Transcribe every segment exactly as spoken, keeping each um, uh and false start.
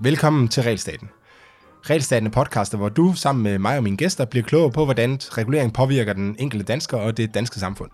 Velkommen til Regelstaten. Regelstaten er podcaster, hvor du sammen med mig og mine gæster bliver klogere på, hvordan regulering påvirker den enkelte dansker og det danske samfund.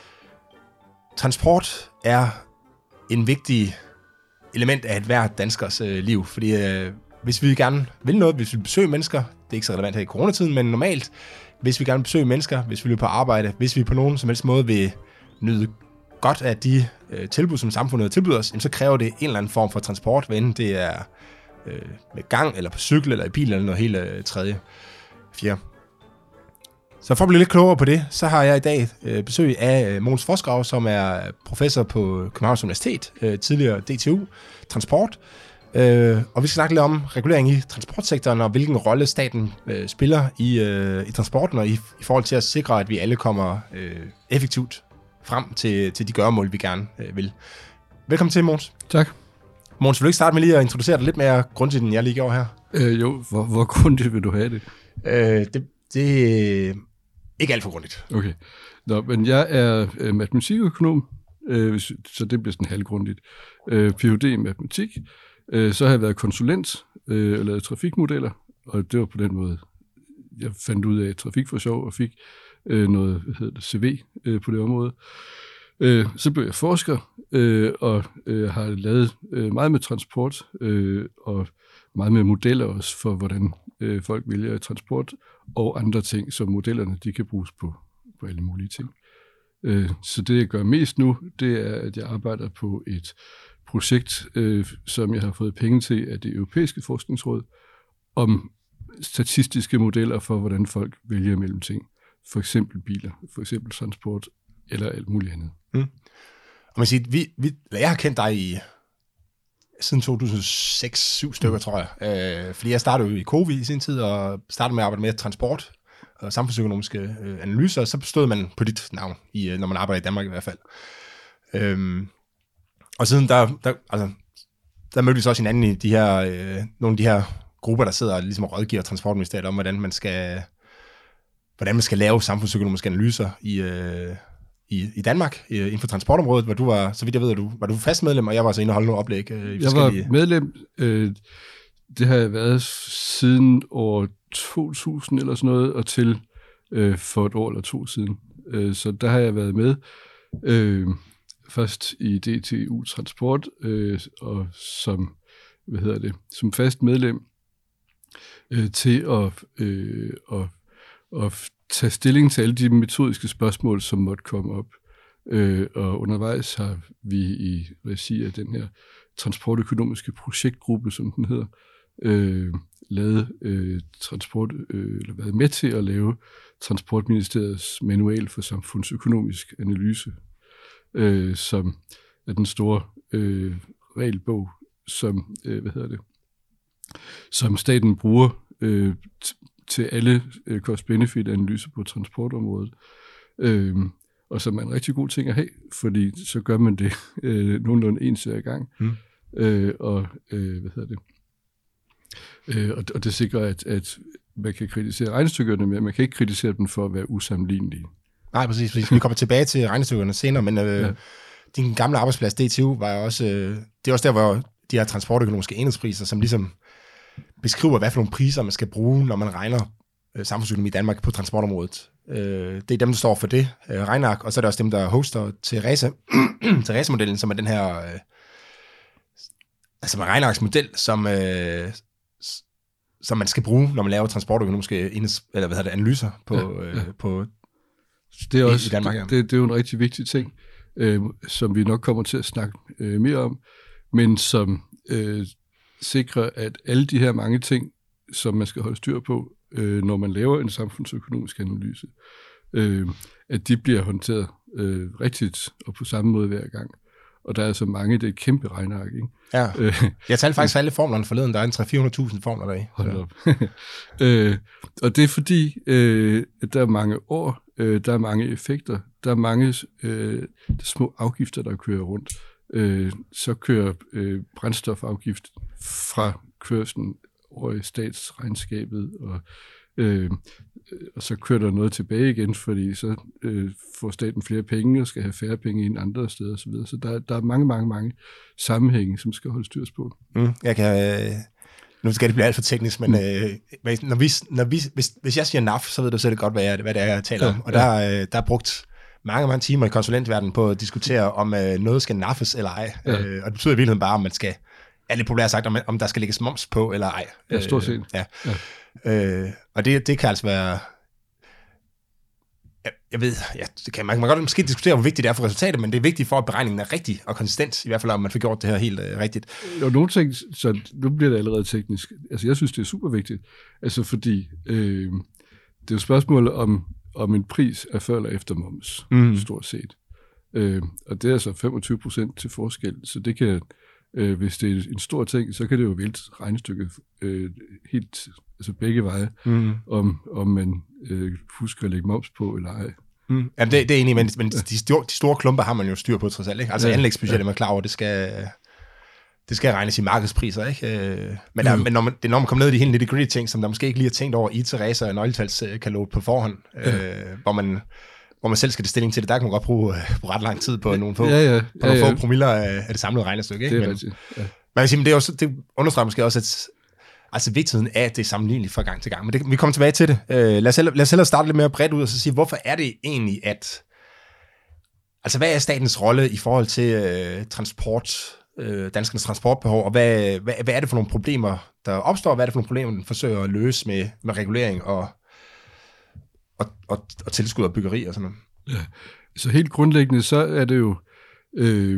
Transport er en vigtig element af et hvert danskers øh, liv, fordi øh, hvis vi gerne vil noget, hvis vi vil besøge mennesker, det er ikke så relevant her i coronatiden, men normalt, hvis vi gerne vil besøge mennesker, hvis vi vil på arbejde, hvis vi på nogen som helst måde vil nyde godt af de øh, tilbud, som samfundet tilbyder os, så kræver det en eller anden form for transport, hvad enten det er øh, med gang, eller på cykel, eller i bil, eller noget helt øh, tredje, fjerde. Så for at blive lidt klogere på det, så har jeg i dag øh, besøg af øh, Mogens Forsgrav, som er professor på Københavns Universitet, øh, tidligere D T U, transport. Øh, og vi skal snakke lidt om regulering i transportsektoren, og hvilken rolle staten øh, spiller i, øh, i transporten, og i, i forhold til at sikre, at vi alle kommer øh, effektivt frem til, til de gøremål, vi gerne øh, vil. Velkommen til, Mogens. Tak. Mogens, vil du ikke starte med lige at introducere dig lidt mere grundigt, end jeg lige gjorde her? Øh, jo, hvor, hvor grundigt vil du have det? Øh, det, det er ikke alt for grundigt. Okay. Nå, men jeg er øh, matematikøkonom, øh, så det bliver sådan halvgrundigt. Øh, P H D i matematik. Øh, så har jeg været konsulent øh, og lavet trafikmodeller, og det var på den måde, jeg fandt ud af trafik for sjov og fik øh, noget, hvad hedder det, C V øh, på det område. Øh, så blev jeg forsker, øh, og øh, har lavet øh, meget med transport, øh, og meget med modeller også for, hvordan øh, folk vælger transport, og andre ting, som modellerne de kan bruges på, på alle mulige ting. Øh, så det, jeg gør mest nu, det er, at jeg arbejder på et projekt, øh, som jeg har fået penge til af det europæiske forskningsråd, om statistiske modeller for, hvordan folk vælger mellem ting. For eksempel biler, for eksempel transport, eller alt muligt andet. Mm. Og man siger, vi, vi, jeg har kendt dig i siden to tusind og seks syv stykker, mm. tror jeg. Øh, fordi jeg startede jo i COVID i sin tid, og startede med at arbejde med transport og samfundsøkonomiske øh, analyser, og så stod man på dit navn, i, når man arbejder i Danmark i hvert fald. Øhm, og siden der, der, altså, der mødte vi så også hinanden i de her, øh, nogle af de her grupper, der sidder og ligesom rådgiver Transportministeriet om, hvordan man skal, hvordan man skal lave samfundsøkonomiske analyser i, øh, i, i Danmark, øh, inden for transportområdet, hvor du var, så vidt jeg ved, du, var du fast medlem, og jeg var så inde og holde nogle oplæg. Øh, i jeg var medlem, øh, det har jeg været siden år to tusind eller sådan noget, og til øh, for et år eller to siden. Øh, så der har jeg været med, øh, først i D T U Transport, øh, og som, hvad hedder det, som fast medlem øh, til at, øh, at, at tage stilling til alle de metodiske spørgsmål, som måtte komme op. Øh, og undervejs har vi i regi af den her transportøkonomiske projektgruppe, som den hedder, øh, lavet øh, transport, øh, eller været med til at lave Transportministeriets manual for samfundsøkonomisk analyse, øh, som er den store øh, regelbog, som øh, hvad hedder det, som staten bruger øh, t- til alle øh, cost-benefit-analyser på transportområdet. Øh, og som er en rigtig god ting at have, fordi så gør man det øh, nogenlunde ens hver gang. Mm. Øh, og øh, hvad hedder det? Øh, og, og det sikrer, at, at man kan kritisere regnestykkerne, men man kan ikke kritisere dem for at være usammenlignelige. Nej, præcis, præcis. Vi kommer tilbage til regnestykkerne senere, men øh, ja. Din gamle arbejdsplads, D T U, var også, øh, det er også der, hvor de her transportøkonomiske enhedspriser, som ligesom beskriver, hvad for nogle priser man skal bruge, når man regner øh, samfundsøkonomi i Danmark på transportområdet. Øh, det er dem, der står for det øh, regneark, og så er der også dem, der hoster Therese, Therese-modellen, som er den her øh, altså en regnearksmodel, som, øh, som man skal bruge, når man laver transportøkonomiske enheds, eller hvad hedder det, analyser på, ja, ja. Øh, på det er også, i Danmark. Ja. Det, det er jo en rigtig vigtig ting, øh, som vi nok kommer til at snakke øh, mere om, men som øh, sikrer, at alle de her mange ting, som man skal holde styr på, øh, når man laver en samfundsøkonomisk analyse, øh, at de bliver håndteret øh, rigtigt og på samme måde hver gang. Og der er så mange, det er et kæmpe regneark, ikke? Ja, jeg talte faktisk alle formlerne forleden, der er en tre til fire hundrede tusind formler deri. Hold op. øh, og det er fordi, øh, der er mange år, øh, der er mange effekter, der er mange øh, der er små afgifter, der kører rundt. Øh, så kører øh, brændstofafgift fra kørslen over i statsregnskabet, og, øh, og så kører der noget tilbage igen, fordi så øh, får staten flere penge og skal have færre penge end andre steder osv. Så der, der er mange, mange, mange sammenhænge, som skal holde styrs på. Mm, jeg kan... Øh... Nu skal det blive alt for teknisk, men mm. øh, når vi, når vi, hvis, hvis jeg siger N A F, så ved du selv godt, hvad, jeg, hvad det er, jeg taler ja, om. Og ja. der, øh, der er brugt mange, mange timer i konsulentverdenen på at diskutere, om øh, noget skal naffes eller ej. Ja. Øh, og det betyder i virkeligheden bare, om man skal, er lidt populært sagt, om, om der skal lægges moms på eller ej. Ja, stort set. Øh, ja. Ja. Øh, og det, det kan altså være... Jeg, jeg ved, ja, det kan, man kan godt måske diskutere, hvor vigtigt det er for resultatet, men det er vigtigt for, at beregningen er rigtig og konsistent, i hvert fald om man får gjort det her helt øh, rigtigt. Og nogle ting, så nu bliver det allerede teknisk. Altså jeg synes, det er super vigtigt, altså fordi øh, det er jo spørgsmålet om, om en pris er før eller efter moms, mm. stort set. Øh, og det er altså femogtyve procent til forskel, så det kan, øh, hvis det er en stor ting, så kan det jo vælte regnestykket øh, helt, altså begge veje, mm. om, om man øh, husker at lægge moms på eller ej. Mm. Jamen det, det er enig, men, men de, store, de store klumper har man jo styr på trods alt, ikke? Altså ja, anlægsbudgettet ja. Man er klar over, det skal, det skal regnes i markedspriser, ikke? Men, der, men når man, det er når man kommer ned i de helt nitty-gritty ting, som der måske ikke lige har tænkt over i Teresa og nøgletalskatalog på forhånd, ja. øh, hvor man hvor man selv skal det stilling til det, der kan man godt bruge, bruge ret lang tid på nogle få, ja, ja. på nogle ja, ja. få promiller af, af det samlede regnestykke. Ikke? Det er men, rigtigt, ja. Man kan sige, men det, er også, det understreger måske også, at altså vigtigheden af, at det er sammenligneligt fra gang til gang. Men det, vi kommer tilbage til det. Uh, lad, os hellere, lad os hellere starte lidt mere bredt ud og så sige, hvorfor er det egentlig, at... Altså, hvad er statens rolle i forhold til uh, transport, uh, danskernes transportbehov, og hvad, hvad, hvad er det for nogle problemer, der opstår, hvad er det for nogle problemer, den forsøger at løse med, med regulering og, og, og, og tilskud og byggeri og sådan noget? Ja, så helt grundlæggende, så er det jo... Øh,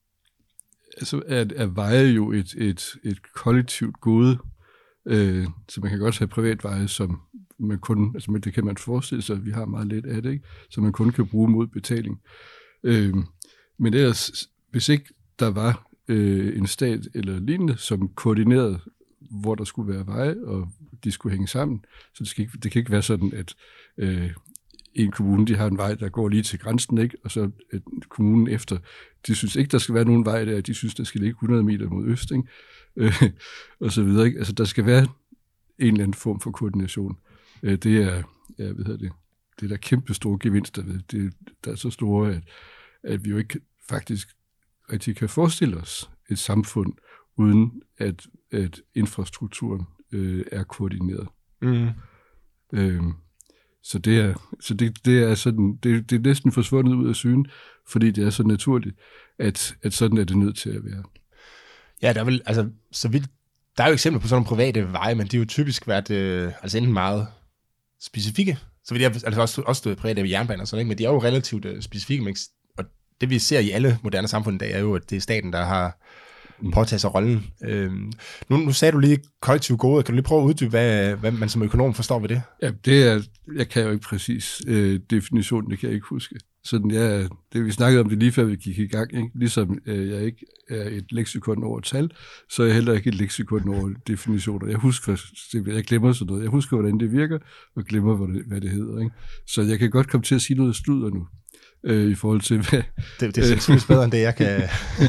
altså, at, at veje jo et, et, et kollektivt gode. Øh, så man kan godt have privatveje, som man kun, altså det kan man forestille sig, at vi har meget lidt af det, ikke? Så man kun kan bruge mod betaling. Øh, men ellers, hvis ikke der var øh, en stat eller lignende, som koordinerede, hvor der skulle være veje, og de skulle hænge sammen, så det, skal ikke, det kan ikke være sådan, at øh, en kommune, de har en vej, der går lige til grænsen, ikke? Og så at kommunen efter, de synes ikke, der skal være nogen vej der, de synes, der skal ligge hundrede meter mod øst, ikke? Øh, og så videre, ikke? Altså, der skal være en eller anden form for koordination. Øh, det er, ja, hvad hedder det, det er der kæmpe store gevinster ved. Det, der er så store, at, at vi jo ikke faktisk rigtig kan forestille os et samfund, uden at, at infrastrukturen øh, er koordineret. Mm. Øh, Så det er, så det, det er sådan, det, det er næsten forsvundet ud af syne, fordi det er så naturligt, at, at sådan er det nødt til at være. Ja, der er vel, altså, så vidt, der er jo eksempler på sådan nogle private veje, men de er jo typisk været, øh, altså enten meget specifikke, så vidt jeg, altså også, også private jernbaner og sådan, ikke? Men de er jo relativt øh, specifikke, men, og det vi ser i alle moderne samfund i dag, er jo, at det er staten, der har påtaget sig rollen. Øhm, nu, nu sagde du lige kollektiv gode. Kan du lige prøve at uddybe, hvad, hvad man som økonom forstår ved det? Ja, det er, jeg kan jo ikke præcis øh, definitionen, det kan jeg ikke huske. Sådan, ja, det vi snakkede om det lige før vi gik i gang, ikke? Ligesom øh, jeg ikke er et leksikon over tal, så er jeg heller ikke et leksikon over definitioner. Jeg husker, jeg glemmer sådan noget. Jeg husker, hvordan det virker, og glemmer, hvad det, hvad det hedder. Ikke? Så jeg kan godt komme til at sige noget sludder nu. Øh, i forhold til hvad det, det er sandsynligt bedre end det jeg kan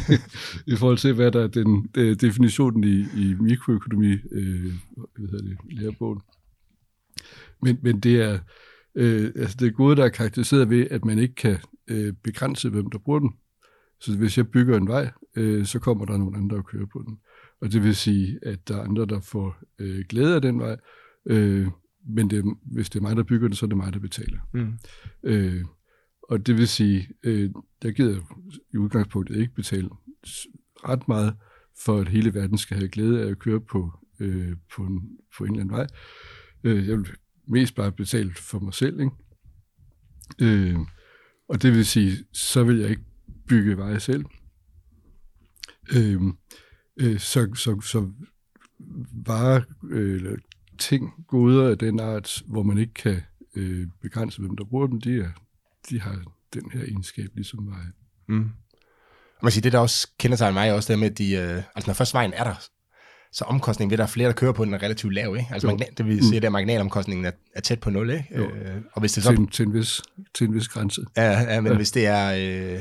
i forhold til hvad der er den øh, definitionen i, i mikroøkonomi øh, hvad hedder det, lærebogen. Men, men det er øh, altså det gode, der er karakteriseret ved, at man ikke kan øh, begrænse, hvem der bruger den. Så hvis jeg bygger en vej, øh, så kommer der nogle andre, der kører på den. Og det vil sige, at der er andre, der får øh, glæde af den vej, øh, men det, hvis det er mig, der bygger den, så er det mig, der betaler. Mm. Øh, Og det vil sige, øh, der gider i udgangspunktet ikke betale ret meget, for at hele verden skal have glæde af at køre på, øh, på, en, på en eller anden vej. Øh, jeg vil mest bare betale for mig selv, ikke? Øh, og det vil sige, så vil jeg ikke bygge veje selv. Øh, øh, så, så, så varer øh, ting, goder af den art, hvor man ikke kan øh, begrænse, hvem der bruger dem, de er de har den her egenskab ligesom mig. Mm. Man siger, det der også kendetegner mig også, det med, at de, øh, altså når først vejen er der, så omkostningen ved, at der er flere, der kører på den, er relativt lav, ikke? Altså marginal, det vil sige, mm. at marginalomkostningen er, er tæt på nul, ikke? Øh, og hvis det så... til, en, til, en vis, til en vis grænse. Ja, ja men ja. Hvis det er... Øh,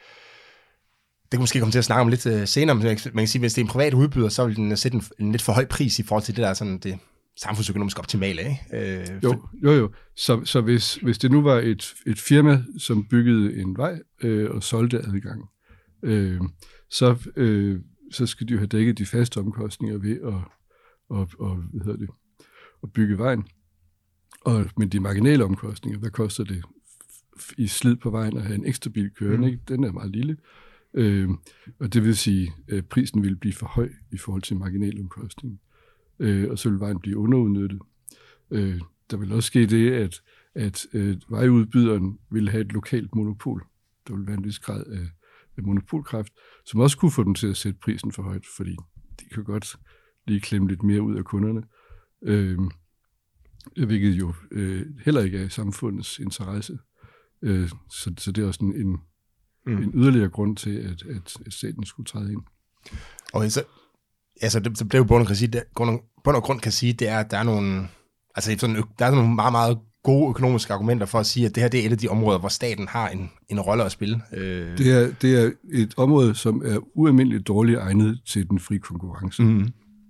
det kan måske komme til at snakke om lidt øh, senere, men man kan sige, hvis det er en privat udbyder, så vil den sætte en, en lidt for høj pris i forhold til det der sådan det samfundsøkonomisk optimale, ikke? Øh, jo, for... jo, jo. Så, så hvis, hvis det nu var et, et firma, som byggede en vej øh, og solgte adgang, øh, så, øh, så skal de jo have dækket de faste omkostninger ved at, at, og, hvad hedder det, at bygge vejen. Og med de marginale omkostninger, hvad koster det i slid på vejen at have en ekstra bil kørende? Mm. Den er meget lille. Øh, og det vil sige, at prisen vil blive for høj i forhold til marginale omkostninger. Øh, og så vil vejen blive underudnyttet. Øh, der vil også ske det, at, at øh, vejudbyderen vil have et lokalt monopol. Der vil være en vis grad af, af monopolkraft, som også kunne få dem til at sætte prisen for højt, fordi de kan godt lige klemme lidt mere ud af kunderne. Øh, hvilket jo øh, heller ikke er i samfundets interesse. Øh, så, så det er også en, en, mm. en yderligere grund til, at, at, at staten skulle træde ind. Og så, altså, det, så blev jo bund og, bund og grund kan sige, det er, at der er nogle, altså, sådan, der er nogle meget, meget gode økonomiske argumenter for at sige, at det her det er et af de områder, hvor staten har en, en rolle at spille. Øh. Det, er, det er et område, som er ualmindeligt dårligt egnet til den frie konkurrence. Mm.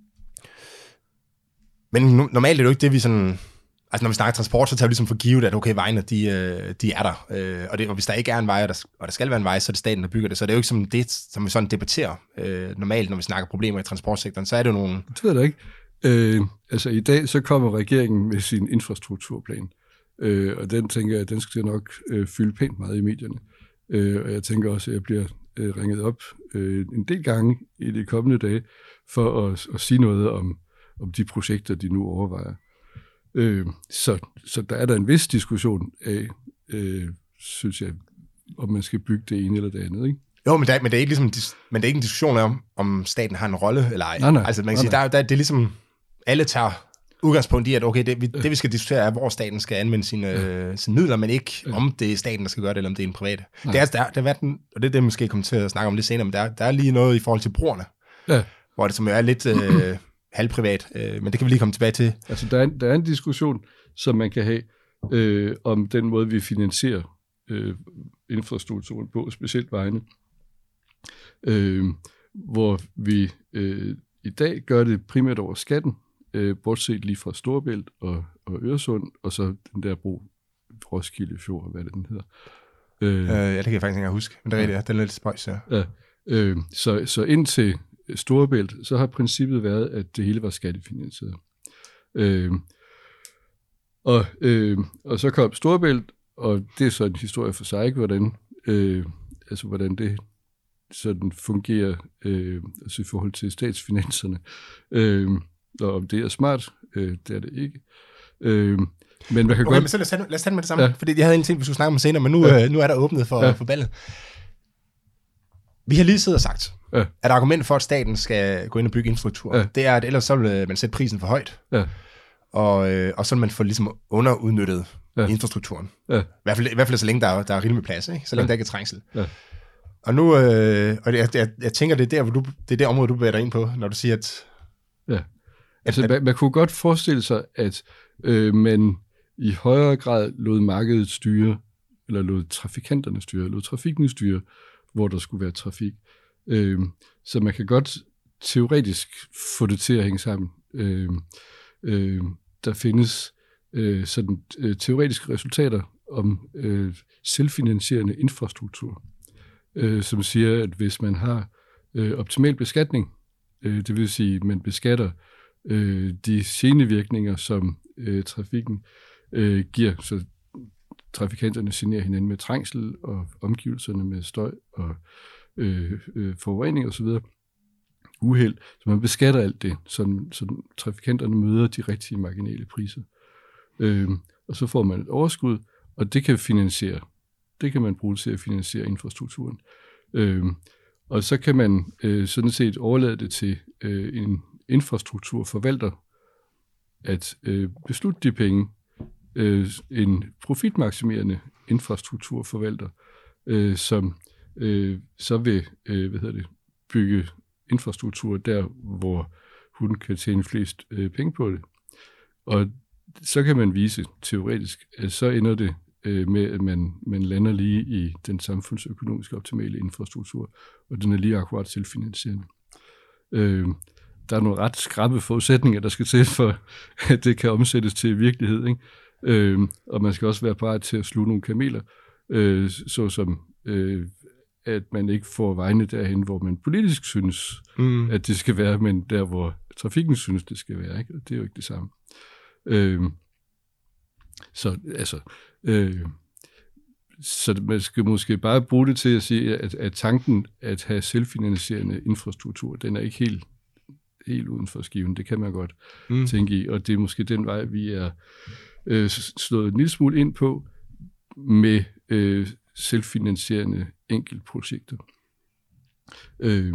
Men normalt er det jo ikke det, vi sådan... Altså når vi snakker transport, så tager vi ligesom for givet, at okay, vejene, de, de er der. Øh, og, det, og hvis der ikke er en vej, og der, og der skal være en vej, så er det staten, der bygger det. Så det er jo ikke som det, som vi sådan debatterer øh, normalt, når vi snakker problemer i transportsektoren. Så er det jo nogle... Det ved jeg ikke. Øh, altså i dag, så kommer regeringen med sin infrastrukturplan. Øh, og den tænker jeg, den skal nok øh, fylde pænt meget i medierne. Øh, og jeg tænker også, at jeg bliver øh, ringet op øh, en del gange i de kommende dage, for at, at sige noget om, om de projekter, de nu overvejer. Øh, så, så der er der en vis diskussion af, øh, synes jeg, om man skal bygge det ene eller det andet, ikke? Jo, men, der, men, det er ikke ligesom, men det er ikke en diskussion om, om staten har en rolle eller ej. Nej, nej, altså man kan nej, sige, der, der, det er ligesom, alle tager udgangspunkt i, at okay, det vi, det, vi skal diskutere er, hvor staten skal anvende sine, ja. sine midler, men ikke ja. om det er staten, der skal gøre det, eller om det er en privat. Nej. Det er, der, der, der, og det er det, måske kommer til at snakke om lidt senere, men der, der er lige noget i forhold til brugerne, ja. hvor det som jo er lidt... Øh, halvprivat, øh, men det kan vi lige komme tilbage til. Altså, der er en, der er en diskussion, som man kan have øh, om den måde, vi finansierer øh, infrastrukturen på, specielt vejene, øh, hvor vi øh, i dag gør det primært over skatten, øh, bortset lige fra Storebælt og, og Øresund, og så den der bro, Roskilde Fjord, hvad det den hedder. Øh, øh, ja, det kan jeg faktisk ikke huske, men det er ja. rigtigt, den er lidt spøjs, ja. ja øh, så, så indtil Storebælt, så har princippet været, at det hele var skattefinansieret. Øh, og, øh, og så kom Storebælt, og det er så en historie for sig, ikke, hvordan, øh, altså, hvordan det sådan fungerer øh, altså i forhold til statsfinanserne. Øh, og om det er smart, øh, det er det ikke. Øh, men man kan okay, godt... men så lad os, tage, lad os tage med det samme, ja. fordi jeg havde en ting, vi skulle snakke om senere, men nu, ja. øh, nu er der åbnet for, ja. for ballet. Vi har lige siddet og sagt, ja. at argumentet for, at staten skal gå ind og bygge infrastruktur, ja. det er, at ellers så vil man sætte prisen for højt, ja. og, øh, og så vil man få ligesom underudnyttet ja. infrastrukturen. Ja. I, hvert fald, I hvert fald så længe der er, der er rigeligt med plads, ikke? Så længe ja. der ikke er trængsel. Ja. Og nu, øh, og jeg, jeg, jeg tænker, det er, der, hvor du, det er det område, du bevæger dig ind på, når du siger, at... Ja, altså at, man, man kunne godt forestille sig, at øh, man i højere grad lod markedet styre, eller lod trafikanterne styre, lod trafikken styre, hvor der skulle være trafik. Øh, så man kan godt teoretisk få det til at hænge sammen. Øh, øh, der findes øh, sådan øh, teoretiske resultater om øh, selvfinansierende infrastruktur, øh, som siger, at hvis man har øh, optimal beskatning, øh, det vil sige, at man beskatter øh, de genevirkninger, som øh, trafikken øh, giver, så trafikanterne generer hinanden med trængsel, og omgivelserne med støj og øh, øh, forurening osv., uheld. Så man beskatter alt det, så, så trafikanterne møder de rigtige marginale priser. Øh, og så får man et overskud, og det kan finansiere. Det kan man bruge til at finansiere infrastrukturen. Øh, og så kan man øh, sådan set overlade det til øh, en infrastrukturforvalter at øh, beslutte de penge, øh, en profitmaksimerende infrastrukturforvalter, øh, som øh, så vil øh, hvad hedder det, bygge infrastruktur der, hvor hun kan tjene flest øh, penge på det. Og så kan man vise teoretisk, at så ender det øh, med, at man, man lander lige i den samfundsøkonomiske optimale infrastruktur, og den er lige akkurat selvfinansierende. Øh, der er nogle ret skrappe forudsætninger, der skal til for, at det kan omsættes til virkelighed, ikke? Øh, og man skal også være parat til at sluge nogle kameler, øh, såsom øh, at man ikke får vejene derhen, hvor man politisk synes, mm. at det skal være, men der, hvor trafikken synes, det skal være, ikke? Og det er jo ikke det samme. Øh, så altså, øh, så man skal måske bare bruge det til at sige, at, at tanken at have selvfinansierende infrastruktur, den er ikke helt, helt uden for skiven. Det kan man godt mm. tænke i, og det er måske den vej, vi er øh, slået en lille smule ind på med øh, selvfinansierende enkeltprojekter. Øh,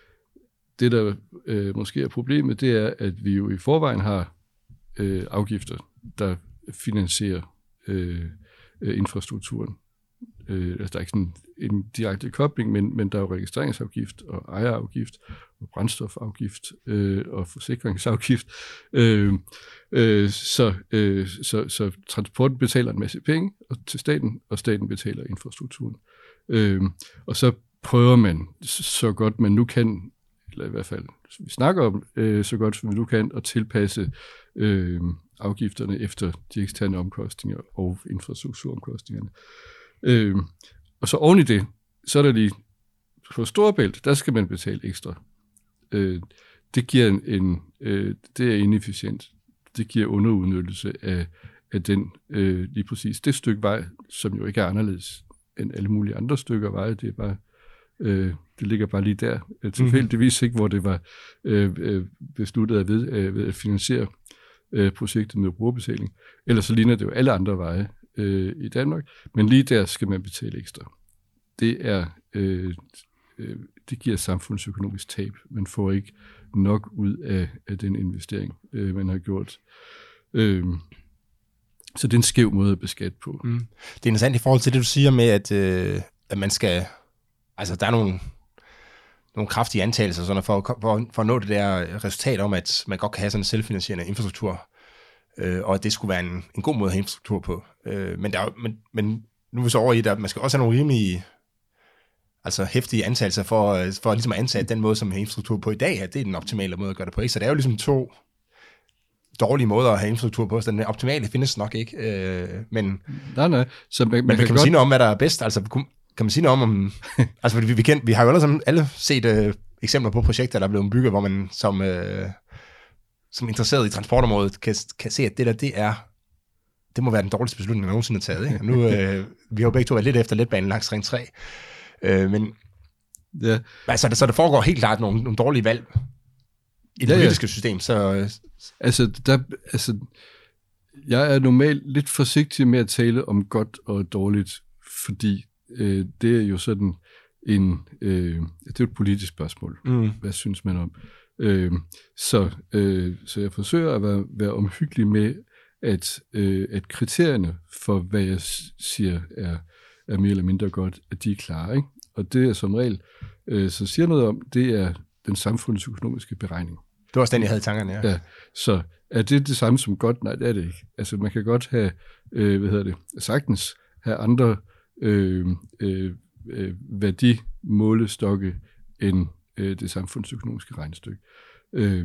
det, der øh, måske er problemet, det er, at vi jo i forvejen har øh, afgifter, der finansierer øh, øh, infrastrukturen. Øh, altså, der er ikke sådan en direkte kobling, men, men der er jo registreringsafgift og ejerafgift og brændstofafgift øh, og forsikringsafgift. Øh, øh, så, øh, så, så transporten betaler en masse penge til staten, og staten betaler infrastrukturen. Øh, og så prøver man så godt man nu kan, eller i hvert fald vi snakker om øh, så godt som vi nu kan, at tilpasse øh, afgifterne efter de eksterne omkostninger og infrastrukturomkostningerne. Øh, og så oven i det, så er der lige på Storebælt, der skal man betale ekstra. Øh, det giver en, en øh, det er inefficient. Det giver underudnyttelse af, af den øh, lige præcis det stykke vej, som jo ikke er anderledes end alle mulige andre stykker veje. Det er bare øh, det ligger bare lige der. Tilfældigvis ikke, hvor det var øh, øh, besluttet at, ved, øh, ved at finansiere øh, projektet med brugerbetaling. Ellers så ligner det jo alle andre veje øh, i Danmark, men lige der skal man betale ekstra. Det er øh, øh, det giver samfundsøkonomisk tab. Man får ikke nok ud af, af den investering, øh, man har gjort. Øh, så det er en skæv måde at beskatte på. Mm. Det er interessant i forhold til det, du siger med, at, øh, at man skal... Altså, der er nogle, nogle kraftige antagelser sådan, for, for, for at nå det der resultat om, at man godt kan have sådan en selvfinansierende infrastruktur, øh, og at det skulle være en, en god måde at have infrastruktur på. Øh, men, der er, men, men nu er vi så over i, at man skal også have nogle rimelige, altså hæftige antagelser for, for ligesom at antage, at den måde, som vi har infrastruktur på i dag, at det er den optimale måde at gøre det på. Ikke? Så det er jo ligesom to dårlige måder at have infrastruktur på, så den optimale findes nok ikke. Øh, men nej, nej. Så man, man, men kan, kan man godt... sige noget om, hvad der er bedst? Altså, kan man sige noget om, om altså fordi vi, vi, kendt, vi har jo alle, alle set øh, eksempler på projekter, der er blevet bygget, hvor man som, øh, som interesseret i transportområdet kan, kan se, at det der, det er, det må være den dårligste beslutning, der nogensinde er taget. Ikke? Og nu, øh, vi har jo begge to været lidt efter letbanen langs Ring tre, øh, men ja. altså, så der foregår helt klart nogle, nogle dårlige valg i det ja, politiske ja. system. Så, altså, der, altså, jeg er normalt lidt forsigtig med at tale om godt og dårligt, fordi øh, det er jo sådan en, øh, det er et politisk spørgsmål. Mm. Hvad synes man om? Øh, så, øh, så jeg forsøger at være, være omhyggelig med, at, øh, at kriterierne for, hvad jeg siger, er, er mere eller mindre godt, at de er klare. Ikke? Og det er som regel, øh, så siger noget om, det er den samfundsøkonomiske beregning. Det var også den, jeg havde i tankerne, ja. ja. Så er det det samme som godt? Nej, det er det ikke. Altså, man kan godt have, øh, hvad hedder det, sagtens have andre øh, øh, øh, værdimålestokke end øh, det samfundsøkonomiske regnestykke. Øh,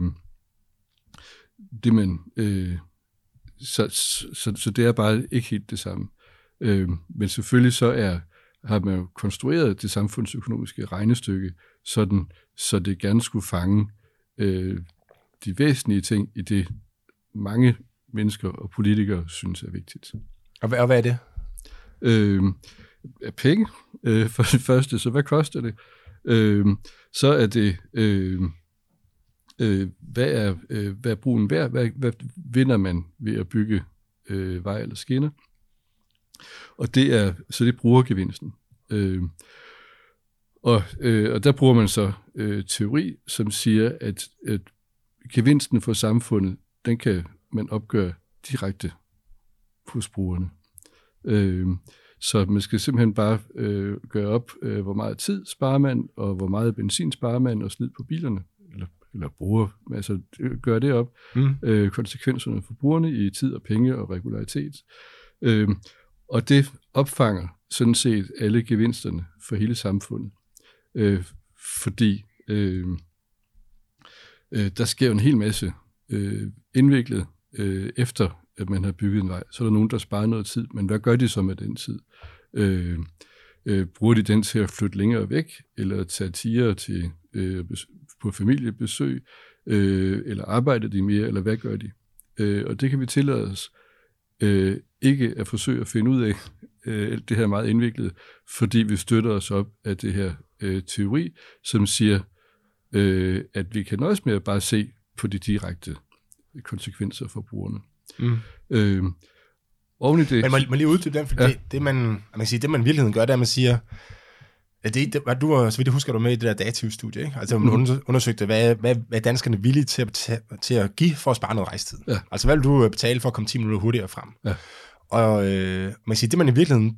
det man, øh, så, så, så det er bare ikke helt det samme. Øh, men selvfølgelig så er, har man jo konstrueret det samfundsøkonomiske regnestykke sådan, så det gerne skulle fange øh, de væsentlige ting i det, mange mennesker og politikere synes er vigtigt. Og hvad, og hvad er det? Øh, penge, øh, for det første. Så hvad koster det? Øh, så er det, øh, øh, hvad, er, øh, hvad er brugen værd? Hvad, hvad vinder man ved at bygge øh, vej eller skinner? Og det er, så det bruger gevinsten. Øh, og, øh, og der bruger man så øh, teori, som siger, at, at gevinsten for samfundet, den kan man opgøre direkte hos brugerne. Øh, så man skal simpelthen bare øh, gøre op, øh, hvor meget tid sparer man, og hvor meget benzin sparer man, og slid på bilerne, eller, eller bruger, altså gøre det op, mm. øh, konsekvenserne for brugerne i tid og penge og regularitet. Øh, og det opfanger sådan set alle gevinsterne for hele samfundet. Øh, fordi øh, øh, der sker en hel masse øh, indviklet øh, efter, at man har bygget en vej. Så er der nogen, der sparer noget tid, men hvad gør de så med den tid? Øh, øh, bruger de den til at flytte længere væk, eller tage tiger til, øh, på familiebesøg, Øh, eller arbejder de mere, eller hvad gør de? Øh, og det kan vi tillade os øh, ikke at forsøge at finde ud af. Øh, det her er meget indviklet, fordi vi støtter os op af det her øh, teori, som siger, øh, at vi kan nøjes med at bare se på de direkte konsekvenser for brugerne. Mm. Øh, oven i det... Men man lige uddybe den, for ja. det, det, man, man kan sige, det man i virkeligheden gør, det er, at man siger, at det, det, du var, så vidt jeg husker, du med i det der dativstudie, ikke? Altså man mm. undersøgte, hvad, hvad, hvad danskerne er villige til at, til at give for at spare noget rejstid. Ja. Altså hvad vil du betale for at komme ti minutter hurtigere frem? Ja. Og øh, man kan sige, det man i virkeligheden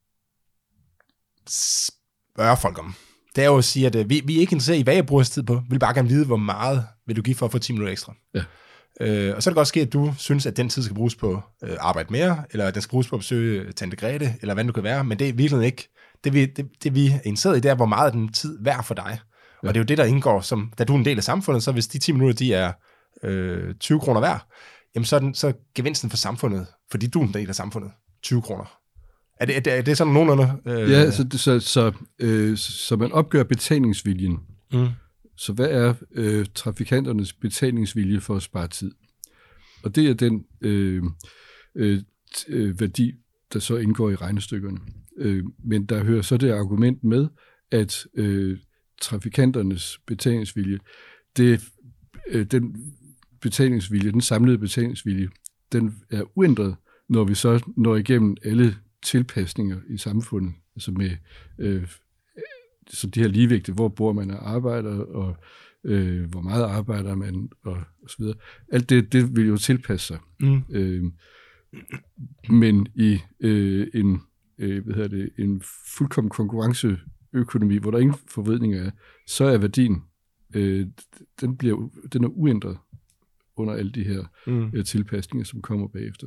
spørger folk om, det er jo at sige, at øh, vi, vi er ikke interesseret i, hvad jeg bruger tid på. Vi vil bare gerne vide, hvor meget vil du give for at få ti minutter ekstra. Ja. Øh, og så kan det godt ske, at du synes, at den tid skal bruges på øh, arbejde mere, eller at den skal bruges på at besøge Tante Grete, eller hvad det kan være, men det er virkelig ikke. Det vi, det, det, vi er interesseret i, det er, hvor meget er den tid værd for dig. Ja. Og det er jo det, der indgår, som, da du er en del af samfundet, så hvis de ti minutter, de er øh, tyve kroner værd, jamen så er, den, så er gevinsten for samfundet, fordi du er en del af samfundet, tyve kroner. Er det, er det, er det sådan nogenlunde? Øh... Ja, så, så, så, øh, så man opgør betalingsviljen. Mm. Så hvad er øh, trafikanternes betalingsvilje for at spare tid? Og det er den øh, øh, øh, værdi, der så indgår i regnestykkerne. Øh, men der hører så det argument med, at øh, trafikanternes betalingsvilje, det, øh, den betalingsvilje, den samlede betalingsvilje, den er uændret, når vi så når igennem alle tilpasninger i samfundet, altså med øh, så de her ligevægte, hvor bor man og arbejder, og øh, hvor meget arbejder man, og, og så videre. Alt det, det vil jo tilpasse sig. Mm. Øh, men i øh, en, øh, hvad hedder det, en fuldkommen konkurrenceøkonomi, hvor der ingen forvridninger er, så er værdien, øh, den, bliver, den er uændret under alle de her mm. øh, tilpasninger, som kommer bagefter.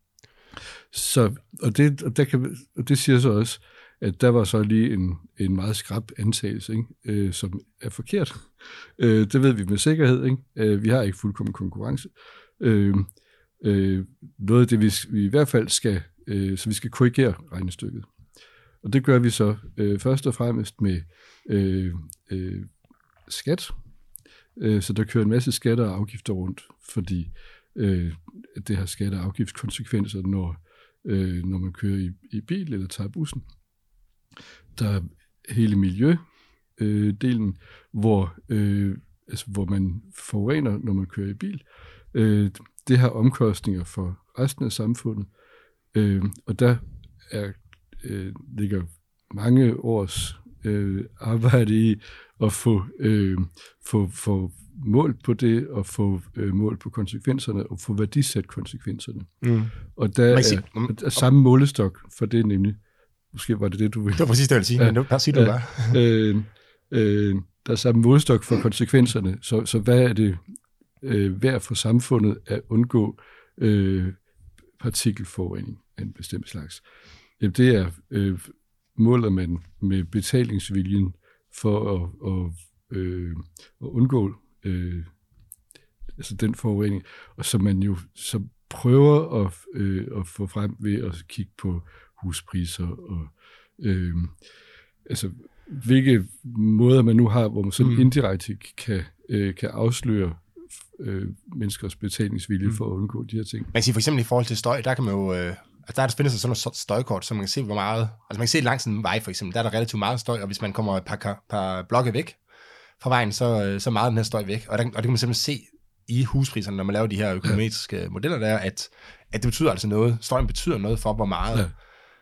Så, og, det, og, der kan, og det siger så også, at der var så lige en, en meget skrap antagelse, ikke? Øh, som er forkert. Øh, det ved vi med sikkerhed. Ikke? Øh, vi har ikke fuldkommen konkurrence. Øh, øh, noget af det, vi, vi i hvert fald skal, øh, så vi skal korrigere regnestykket. Og det gør vi så øh, først og fremmest med øh, øh, skat. Øh, så der kører en masse skatter og afgifter rundt, fordi øh, det har skatter og afgiftskonsekvenser, når, øh, når man kører i, i bil eller tager bussen. Der er hele miljødelen, øh, hvor, øh, altså, hvor man forurener, når man kører i bil. Øh, det har omkostninger for resten af samfundet, øh, og der er, øh, ligger mange års øh, arbejde i at få, øh, få, få mål på det, og få øh, mål på konsekvenserne, og få værdisat konsekvenserne. Mm. Og der er, er samme målestok for det nemlig. Måske var det det, du ville. Det var præcis det, jeg ville sige, ja, men nu bare sig du bare. Øh, øh, der er samme målestok for konsekvenserne, så, så hvad er det øh, værd for samfundet at undgå øh, partikelforurening af en bestemt slags? Jamen, det er øh, måler man med betalingsviljen for at, at, øh, at undgå øh, altså den forurening, og som man jo så prøver at, øh, at få frem ved at kigge på huspriser og øh, altså hvilke måder man nu har, hvor man sådan mm. indirekte kan, øh, kan afsløre øh, menneskers betalingsvilje mm. for at undgå de her ting. Man kan sige for eksempel i forhold til støj, der kan man jo, øh, altså der findes sådan noget støjkort, så man kan se hvor meget, altså man kan se langs en vej for eksempel, der er der relativt meget støj, og hvis man kommer et par, par blokke væk fra vejen, så, så meget den her støj væk, og, der, og det kan man simpelthen se i huspriserne, når man laver de her økonometriske ja. modeller der, at, at det betyder altså noget, støjen betyder noget for, hvor meget ja.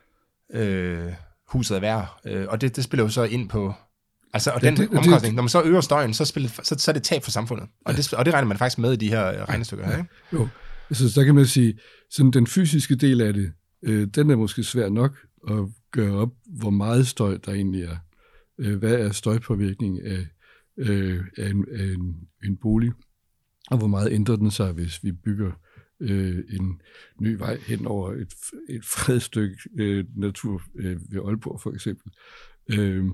Øh, huset er værd, øh, og det, det spiller jo så ind på, altså, og den ja, det, omkostning, det, når man så øger støjen, så, spiller, så, så er det tab for samfundet, og, ja. det, og det regner man faktisk med i de her regnestykker her, ikke? Jo, altså, der kan man sige, sådan den fysiske del af det, øh, den er måske svær nok at gøre op, hvor meget støj der egentlig er. Øh, hvad er støjpåvirkning af, øh, af, en, af en, en bolig, og hvor meget ændrer den sig, hvis vi bygger Øh, en ny vej hen over et, et fredet stykke øh, natur øh, ved Aalborg for eksempel. Øh,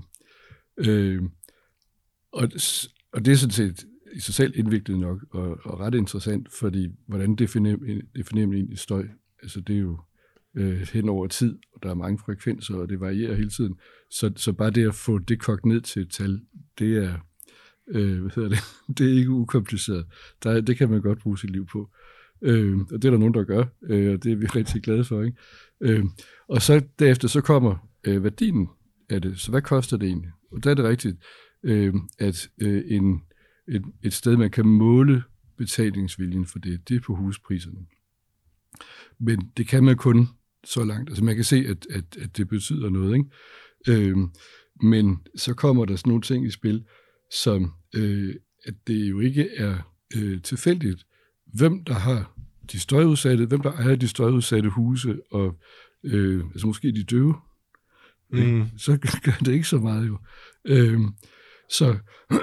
øh, og, og det er sådan set i sig selv indviklet nok og, og ret interessant, fordi hvordan definerer, definerer man egentlig støj? Altså det er jo øh, hen over tid, og der er mange frekvenser, og det varierer hele tiden. Så, så bare det at få det kogt ned til et tal, det er, Øh, hvad hedder det? Det er ikke ukompliceret. Der, det kan man godt bruge sit liv på. Øh, og det er der nogen, der gør, øh, og det er vi rigtig glade for. Ikke? Øh, og så derefter så kommer øh, værdien af det. Så hvad koster det egentlig? Og der er det rigtigt, øh, at øh, en, et, et sted, man kan måle betalingsviljen for det, det er på huspriserne. Men det kan man kun så langt. Altså man kan se, at, at, at det betyder noget. Ikke? Øh, men så kommer der sådan nogle ting i spil, som øh, at det jo ikke er øh, tilfældigt, hvem der har de støjudsatte, hvem der ejer de støjudsatte huse, og øh, altså måske de døve. Mm. Så gør det ikke så meget jo. Øh, så,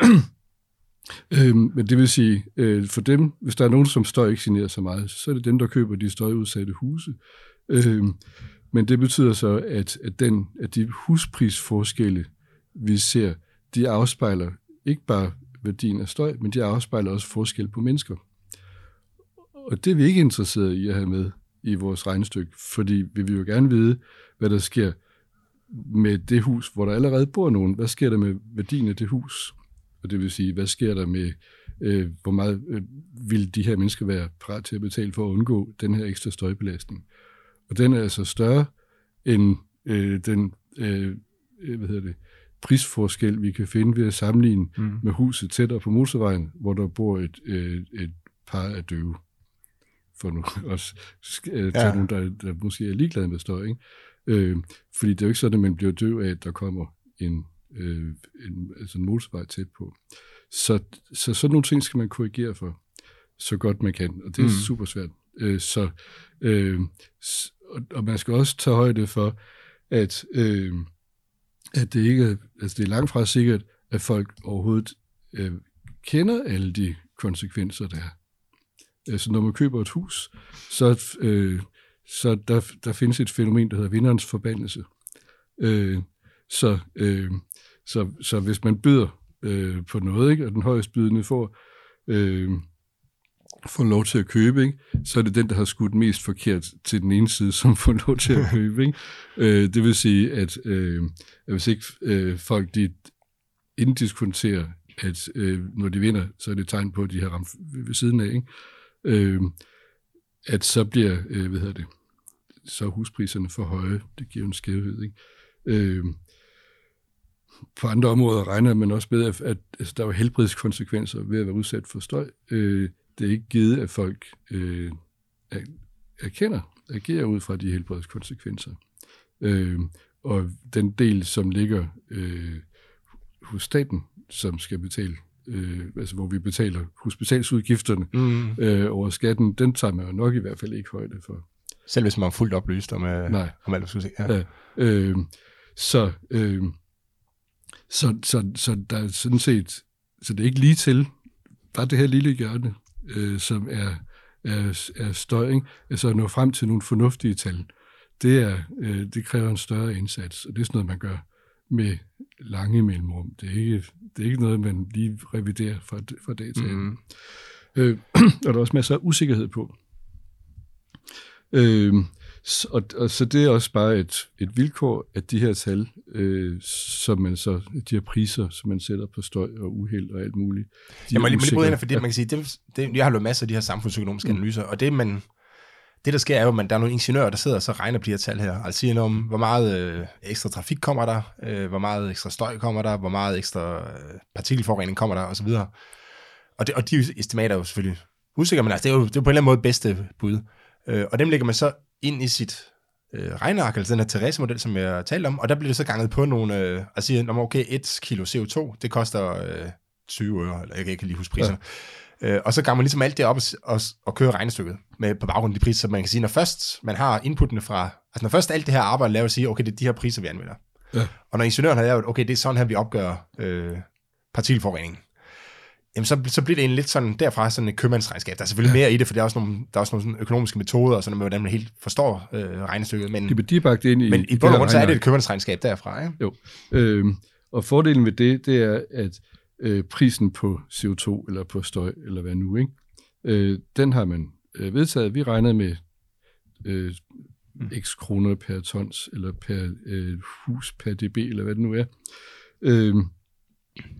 øh, men det vil sige, øh, for dem, hvis der er nogen, som støj ikke generer så meget, så er det dem, der køber de støjudsatte huse. Øh, men det betyder så, at, at, den, at de husprisforskelle, vi ser, de afspejler ikke bare værdien af støj, men de afspejler også forskel på mennesker. Og det er vi ikke interesseret i at have med i vores regnestykke, fordi vi vil jo gerne vide, hvad der sker med det hus, hvor der allerede bor nogen. Hvad sker der med værdien af det hus? Og det vil sige, hvad sker der med, øh, hvor meget øh, vil de her mennesker være parat til at betale for at undgå den her ekstra støjbelastning? Og den er altså større end øh, den øh, hvad hedder det, prisforskel, vi kan finde ved at sammenligne mm. med huset tættere på motorvejen, hvor der bor et, et, et par af døve. For nu også øh, ja. nogen, der, der måske er ligeglade med støj. Ikke? Øh, fordi det er jo ikke sådan, at man bliver døv af, at der kommer en, øh, en, altså en motorvej tæt på. Så, så sådan nogle ting skal man korrigere for, så godt man kan. Og det er mm. super svært. Øh, så, øh, og, og man skal også tage højde for, at øh, at det ikke, altså det er langt fra sikkert, at folk overhovedet øh, kender alle de konsekvenser, der er. Altså når man køber et hus, så, øh, så der, der findes et fænomen, der hedder vinderens forbandelse. Øh, så, øh, så, så hvis man byder øh, på noget, ikke, og den højest bydende får, øh, får lov til at købe, ikke, så er det den, der har skudt mest forkert til den ene side, som får lov til at købe. Ikke? Øh, det vil sige, at, øh, at hvis ikke øh, folk de inddiskonterer, at øh, når de vinder, så er det et tegn på, at de har ramt ved siden af, ikke? Øh, at så bliver, øh, hvad hedder det, så er huspriserne for høje. Det giver en skævhed. Ikke? Øh, på andre områder regner man også med, at, at altså, der er helbredskonsekvenser ved at være udsat for støj. Øh, Det er ikke givet, at folk øh, erkender, agerer ud fra de helbredskonsekvenser. Øh, og den del, som ligger øh, hos staten, som skal betale, øh, altså hvor vi betaler hospitalsudgifterne mm. øh, over skatten, den tager man jo nok i hvert fald ikke højde for. Selv hvis man er fuldt oplyst om, øh, Nej. om alt, hvad skal sige. Ja. Ja, øh, så, øh, så, så, så der er sådan set, så det er ikke lige til, bare det her lille hjørne, Øh, som er, er, er støj, ikke? Altså at nå frem til nogle fornuftige tal, det, er, øh, det kræver en større indsats, og det er sådan noget, man gør med lange mellemrum. Det er ikke, det er ikke noget, man lige reviderer fra, fra dag til mm. øh, og der er også masser af usikkerhed på. Øh, og, og så det er også bare et, et vilkår, at de her tal, øh, som man så, de her priser, som man sætter på støj og uheld og alt muligt. Jeg må lige bryde ind, fordi man kan sige, det, det, jeg har lavet masser af de her samfundsøkonomiske mm. analyser, og det, man, det der sker er jo, at der er nogle ingeniører, der sidder og så regner på de her tal her, altså siger noget om, hvor meget øh, ekstra trafik kommer der, øh, hvor meget ekstra støj kommer der, hvor meget ekstra øh, partikelforurening kommer der, osv. Og, det, og de estimater er jo selvfølgelig usikre, men altså, det er jo, det er jo på en eller anden måde bedste bud. Øh, og dem lægger man så ind i sit øh, regneark, altså den her Therese-model, som jeg talte om, og der bliver det så ganget på nogle, øh, og siger, okay, et kilo C O to, det koster øh, tyve øre, eller jeg kan ikke lige huske priserne. Ja. Øh, og så ganger man ligesom alt det op og, og, og kører regnestykket med, på baggrund af de priser, så man kan sige, når først man har inputtene fra, altså når først alt det her arbejde laver, siger, okay, det er de her priser, vi anvender. Ja. Og når ingeniøren har lavet, okay, det er sådan her, vi opgør øh, partikelforureningen, jamen så, så bliver det egentlig lidt sådan derfra sådan et købmandsregnskab. Der er selvfølgelig ja. mere i det, for der er også nogle, der er også nogle sådan økonomiske metoder, og sådan, hvordan man helt forstår øh, regnestykket. Men, de, de bagt ind i, men i bund og grund, så er det et købmandsregnskab derfra. Ikke? Jo. Øh, og fordelen ved det, det er, at øh, prisen på C O to, eller på støj, eller hvad nu, ikke? Øh, den har man øh, vedtaget. Vi regner med øh, x kroner per tons, eller per øh, hus per dB, eller hvad det nu er. Øh,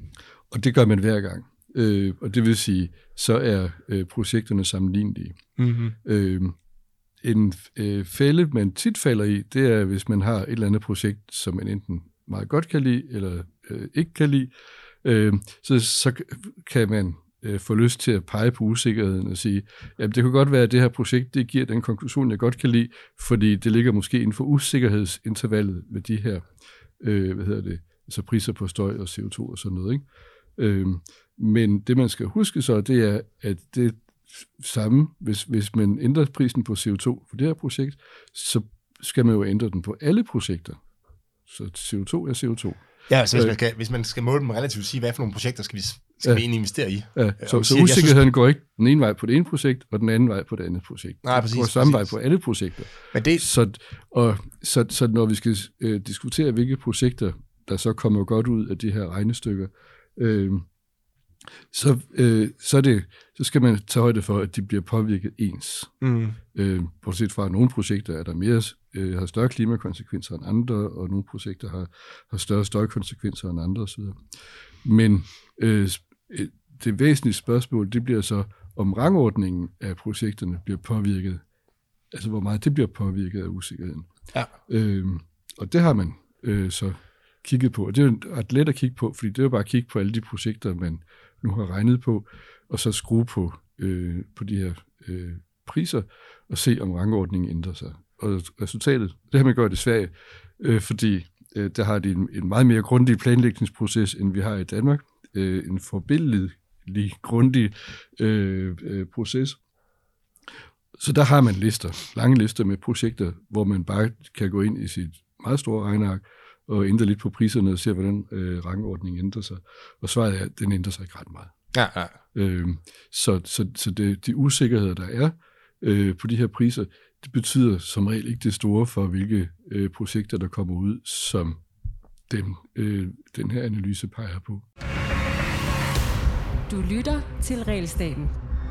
Og det gør man hver gang. Øh, og det vil sige, så er øh, projekterne sammenlignelige. Mm-hmm. Øh, en øh, fælde, man tit falder i, det er, hvis man har et eller andet projekt, som man enten meget godt kan lide, eller øh, ikke kan lide, øh, så, så kan man øh, få lyst til at pege på usikkerheden og sige, jamen det kan godt være, at det her projekt, det giver den konklusion, jeg godt kan lide, fordi det ligger måske inden for usikkerhedsintervallet med de her, øh, hvad hedder det, altså priser på støj og C O to og sådan noget, ikke? Øh, men det, man skal huske så, det er, at det samme, hvis, hvis man ændrer prisen på C O to for det her projekt, så skal man jo ændre den på alle projekter. Så C O to er C O to. Ja, så hvis man skal, hvis man skal måle dem relativt, sige, hvad for nogle projekter skal vi, skal ja. vi egentlig investere i? Ja, så, så siger, usikkerheden synes, går ikke den ene vej på det ene projekt, og den anden vej på det andet projekt. Nej, præcis. Det går samme præcis. vej på alle projekter. Men det... så, og, så, så når vi skal øh, diskutere, hvilke projekter, der så kommer godt ud af de her regnestykker, øh, Så, øh, så, er det, så skal man tage højde for, at de bliver påvirket ens. Mm. Øh, bortset fra, at nogle projekter er der mere, øh, har større klimakonsekvenser end andre, og nogle projekter har, har større støjkonsekvenser end andre osv. Men øh, det væsentlige spørgsmål, det bliver så, om rangordningen af projekterne bliver påvirket, altså hvor meget det bliver påvirket af usikkerheden. Ja. Øh, og det har man øh, så kigget på, og det er jo ret let at kigge på, fordi det er jo bare at kigge på alle de projekter, man nu har regnet på, og så skrue på, øh, på de her øh, priser, og se, om rangordningen ændrer sig. Og resultatet, det har man gjort i Sverige, øh, fordi øh, der har de en, en meget mere grundig planlægningsproces, end vi har i Danmark. Øh, en forbilledlig, grundig øh, øh, proces. Så der har man lister, lange lister med projekter, hvor man bare kan gå ind i sit meget store regneark, og ændre lidt på priserne og se, hvordan øh, rangordningen ændrer sig. Og svaret er, at den ændrer sig ikke ret meget. Ja, ja. Øh, så så, så det, de usikkerheder, der er øh, på de her priser, det betyder som regel ikke det store for, hvilke øh, projekter, der kommer ud, som den, øh, den her analyse peger på. Du lytter til Realstaten.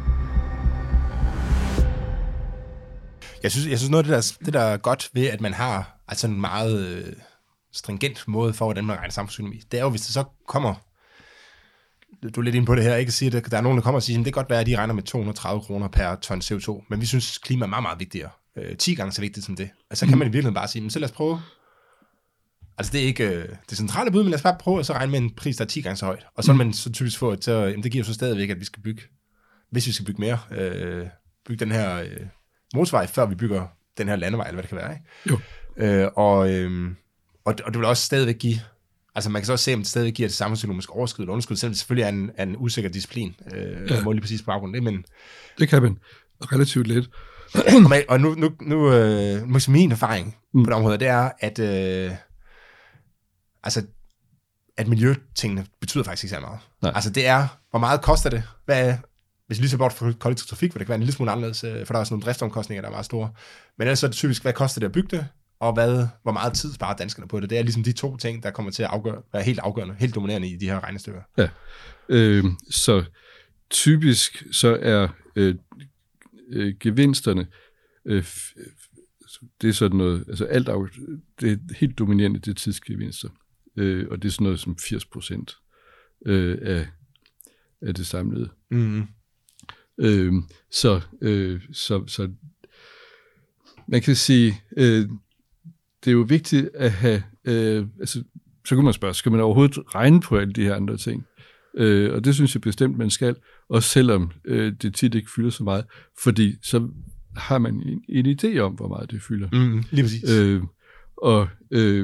Jeg synes, jeg synes noget af det, der, det, der er godt ved, at man har altså en meget... Øh, stringent måde for, hvordan man regner samfundsøkonomi. Det er jo, hvis det så kommer, du er lidt inde på det her, ikke at sige, at der er nogen, der kommer og siger, at det kan godt være, at de regner med to hundrede og tredive kroner per ton C O to, men vi synes, klima er meget, meget vigtigere. Øh, ti gange så vigtigt som det. Altså, så kan man i virkeligheden bare sige, men så lad os prøve. Altså, det er ikke øh, det centrale bud, men lad os bare prøve, og så regne med en pris, der er ti gange så højt. Og så vil man så typisk få, at så, jamen, det giver jo så stadigvæk, at vi skal bygge, hvis vi skal bygge mere, øh, bygge den her øh, motorvej, før vi bygger den her landevej, eller hvad det kan være, ikke? Jo. Øh, og... Øh, Og, og det vil også stadigvæk give, altså man kan så også se, om det stadigvæk giver det samfundsøkonomiske overskud eller underskud, selvom det selvfølgelig er en, er en usikker disciplin, øh, ja. Må lige præcis på baggrund af det, men... Det kan man relativt let. og, man, og nu, nu, nu øh, min erfaring mm. på det område, det er, at, øh, altså, at miljøtingene betyder faktisk ikke så meget. Nej. Altså det er, hvor meget koster det? Hvad er, hvis vi lige så bort for kollektiv trafik, hvor det kan være en lille smule anderledes, for der er også nogle driftsomkostninger, der er meget store. Men ellers så er det typisk, hvad koster det at bygge det? Og hvad, hvor meget tid sparer danskerne på det. Det er ligesom de to ting, der kommer til at afgøre, være helt afgørende, helt dominerende i de her regnestykker. Ja, øh, så typisk så er øh, øh, gevinsterne, øh, det er sådan noget, altså alt af, det er helt dominerende, det er tidsgevinster. Øh, og det er sådan noget som firs procent øh, af, af det samlede. Mm-hmm. Øh, så, øh, så, så man kan sige, øh, det er jo vigtigt at have, øh, altså, så kan man spørge, skal man overhovedet regne på alle de her andre ting? Øh, og det synes jeg bestemt, man skal, også selvom øh, det tit ikke fylder så meget, fordi så har man en, en idé om, hvor meget det fylder. Mm, lige præcis. Øh, og, øh,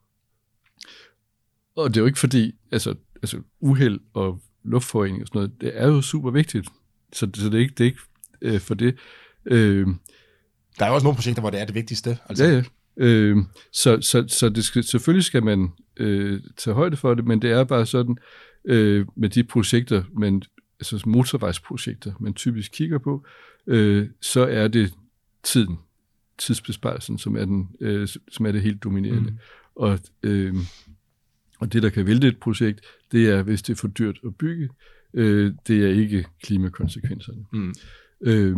og det er jo ikke fordi, altså, altså uheld og luftforurening og sådan noget, det er jo super vigtigt, så, så det er ikke, det er ikke øh, for det. Øh, Der er også nogle projekter, hvor det er det vigtigste. Altså. Ja, ja. Øh, så så, så det skal, selvfølgelig skal man øh, tage højde for det, men det er bare sådan, øh, med de projekter, man, altså motorvejsprojekter, man typisk kigger på, øh, så er det tiden, tidsbesparelsen, som er, den, øh, som er det helt dominerende. Mm. Og, øh, og det, der kan vælte et projekt, det er, hvis det er for dyrt at bygge, øh, det er ikke klimakonsekvenserne. Mm. Øh,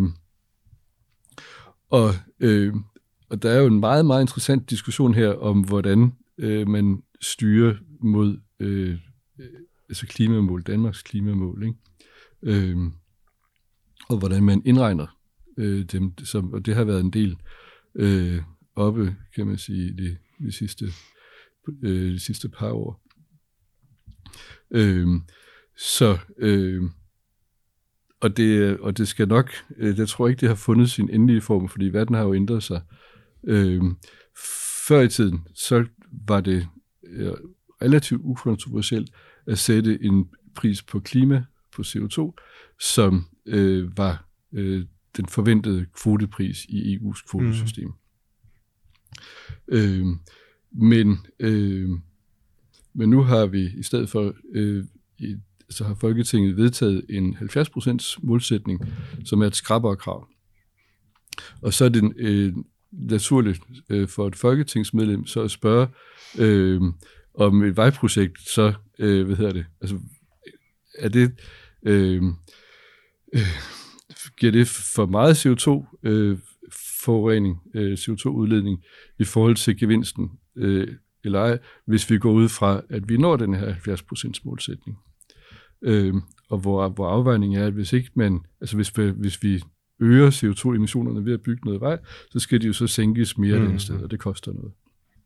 Og, øh, og der er jo en meget, meget interessant diskussion her om, hvordan øh, man styrer mod øh, altså klimamål, Danmarks klimamål, ikke? Øh, og hvordan man indregner øh, dem, som, og det har været en del øh, oppe, kan man sige, de, de, sidste, øh, de sidste par år. Øh, så, øh, og, det, og det skal nok, øh, jeg tror ikke, det har fundet sin endelige form, fordi verden har jo ændret sig. Øh, før i tiden, så var det øh, relativt ukontroversielt at sætte en pris på klima, på C O to, som øh, var øh, den forventede kvotepris i E U's kvotesystem. Mm. Øh, men, øh, men nu har vi i stedet for, øh, i, så har Folketinget vedtaget en halvfjerds procents målsætning, som er et skrappere krav. Og så er det øh, naturligt øh, for et folketingsmedlem så at spørge, øh, om et vejprojekt, så, øh, hvad hedder det, altså, er det, øh, øh, giver det for meget C O to øh, forurening, øh, C O to udledning i forhold til gevinsten, øh, eller ej, hvis vi går ud fra, at vi når den her halvfjerds procents målsætning. Øh, og hvor, hvor afvejningen er, at hvis ikke man, altså hvis vi, hvis vi øger C O to emissionerne ved at bygge noget vej, så skal de jo så sænkes mere mm. den sted, og det koster noget.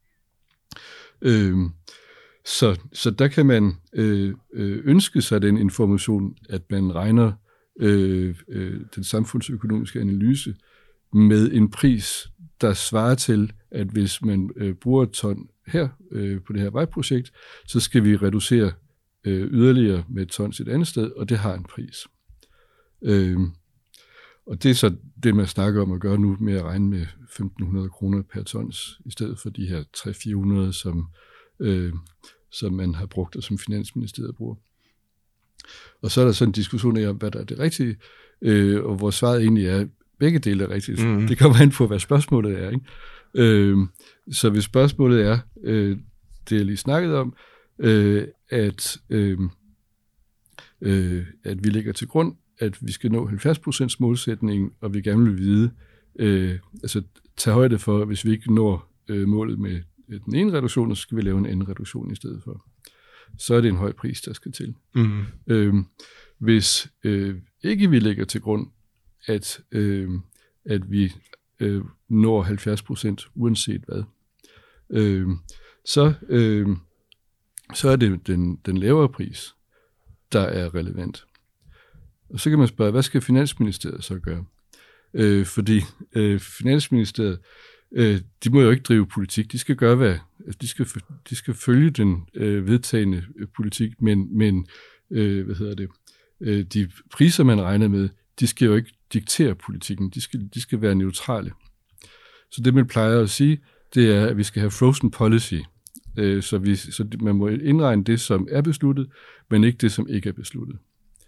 Øh, så, så der kan man øh, ønske sig den information, at man regner øh, øh, den samfundsøkonomiske analyse med en pris, der svarer til, at hvis man øh, bruger et ton her øh, på det her vejprojekt, så skal vi reducere øh, yderligere med et ton et andet sted, og det har en pris. Øh, og det er så det, man snakker om at gøre nu, med at regne med femten hundrede kroner per tons, i stedet for de her tre hundrede til fire hundrede, som, øh, som man har brugt, og som Finansministeriet bruger. Og så er der sådan en diskussion af, hvad der er det rigtige, øh, og hvor svaret egentlig er, begge dele er rigtigt. Mm. Det kommer an på, hvad spørgsmålet er, ikke? Øh, så hvis spørgsmålet er, øh, det jeg lige snakkede om, øh, at, øh, øh, at vi lægger til grund, at vi skal nå halvfjerds procents målsætningen, og vi gerne vil vide, øh, altså tage højde for, hvis vi ikke når øh, målet med den ene reduktion, så skal vi lave en anden reduktion i stedet for. Så er det en høj pris, der skal til. Mm. Øh, hvis øh, ikke vi lægger til grund, at, øh, at vi øh, når halvfjerds procent uanset hvad, øh, så, øh, så er det den, den lavere pris, der er relevant. Og så kan man spørge, hvad skal Finansministeriet så gøre? Øh, fordi øh, Finansministeriet, øh, de må jo ikke drive politik, de skal gøre hvad? Altså, de, skal, de skal følge den øh, vedtagende øh, politik, men, men øh, hvad hedder det? Øh, de priser, man regner med, de skal jo ikke diktere politikken, de skal, de skal være neutrale. Så det, man plejer at sige, det er, at vi skal have frozen policy, øh, så, vi, så man må indregne det, som er besluttet, men ikke det, som ikke er besluttet.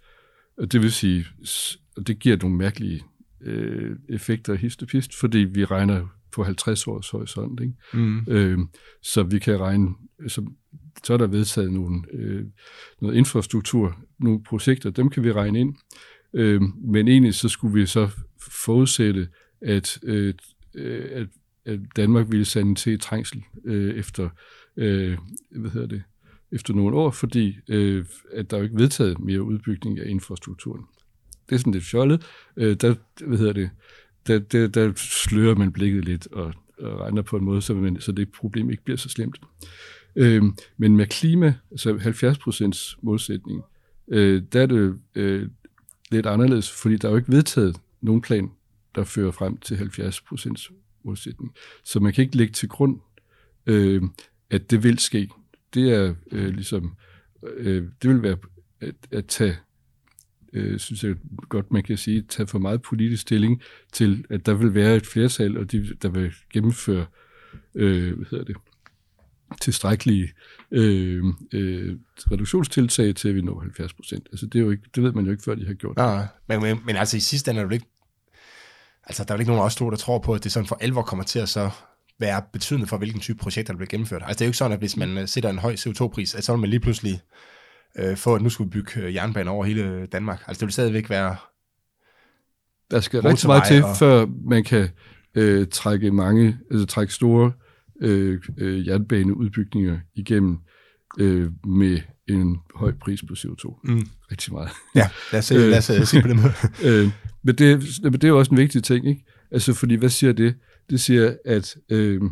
Og det vil sige, og det giver nogle mærkelige øh, effekter hist og pist, fordi vi regner på halvtreds års horisont, ikke? Mm. Øh, så vi kan regne, så, så er der vedtaget nogle, øh, noget infrastruktur, nogle projekter, dem kan vi regne ind. Øh, men egentlig så skulle vi så forudsætte, at, øh, at, at Danmark ville sande til trængsel øh, efter, øh, hvad hedder det, efter nogle år, fordi øh, at der er jo ikke vedtaget mere udbygning af infrastrukturen. Det er sådan lidt fjollet. Øh, der, hvad hedder det, der, der, der slører man blikket lidt og, og regner på en måde, så, man, så det problem ikke bliver så slemt. Øh, men med klima, altså halvfjerds procents målsætning, øh, der er det øh, lidt anderledes, fordi der er jo ikke vedtaget nogen plan, der fører frem til halvfjerds procents målsætning. Så man kan ikke lægge til grund, øh, at det vil ske. Det er øh, ligesom, øh, det vil være at, at tage, øh, synes jeg godt, man kan sige, tage for meget politisk stilling til, at der vil være et flertal, og de, der vil gennemføre, øh, hvad hedder det, tilstrækkelige øh, øh, reduktionstiltag til, at vi når halvfjerds procent. Altså det er jo ikke, det ved man jo ikke, før de har gjort det. Ja, men, men, men altså i sidste ende er det ikke, altså der er jo ikke nogen af os to, der tror på, at det sådan for alvor kommer til at så være betydende for, hvilken type projekter, der bliver gennemført. Altså det er jo ikke sådan, at hvis man sætter en høj C O to pris, at så vil man lige pludselig øh, få, at nu skal vi bygge jernbaner over hele Danmark. Altså det vil stadigvæk være... Der skal rigtig meget til, og... før man kan øh, trække mange, altså trække store øh, øh, jernbaneudbygninger igennem øh, med en høj pris på C O to. Mm. Rigtig meget. Ja, lad os se, lad os se på det måde. øh, men, det, men det er jo også en vigtig ting, ikke? Altså, fordi hvad siger det? Det siger, at, øh,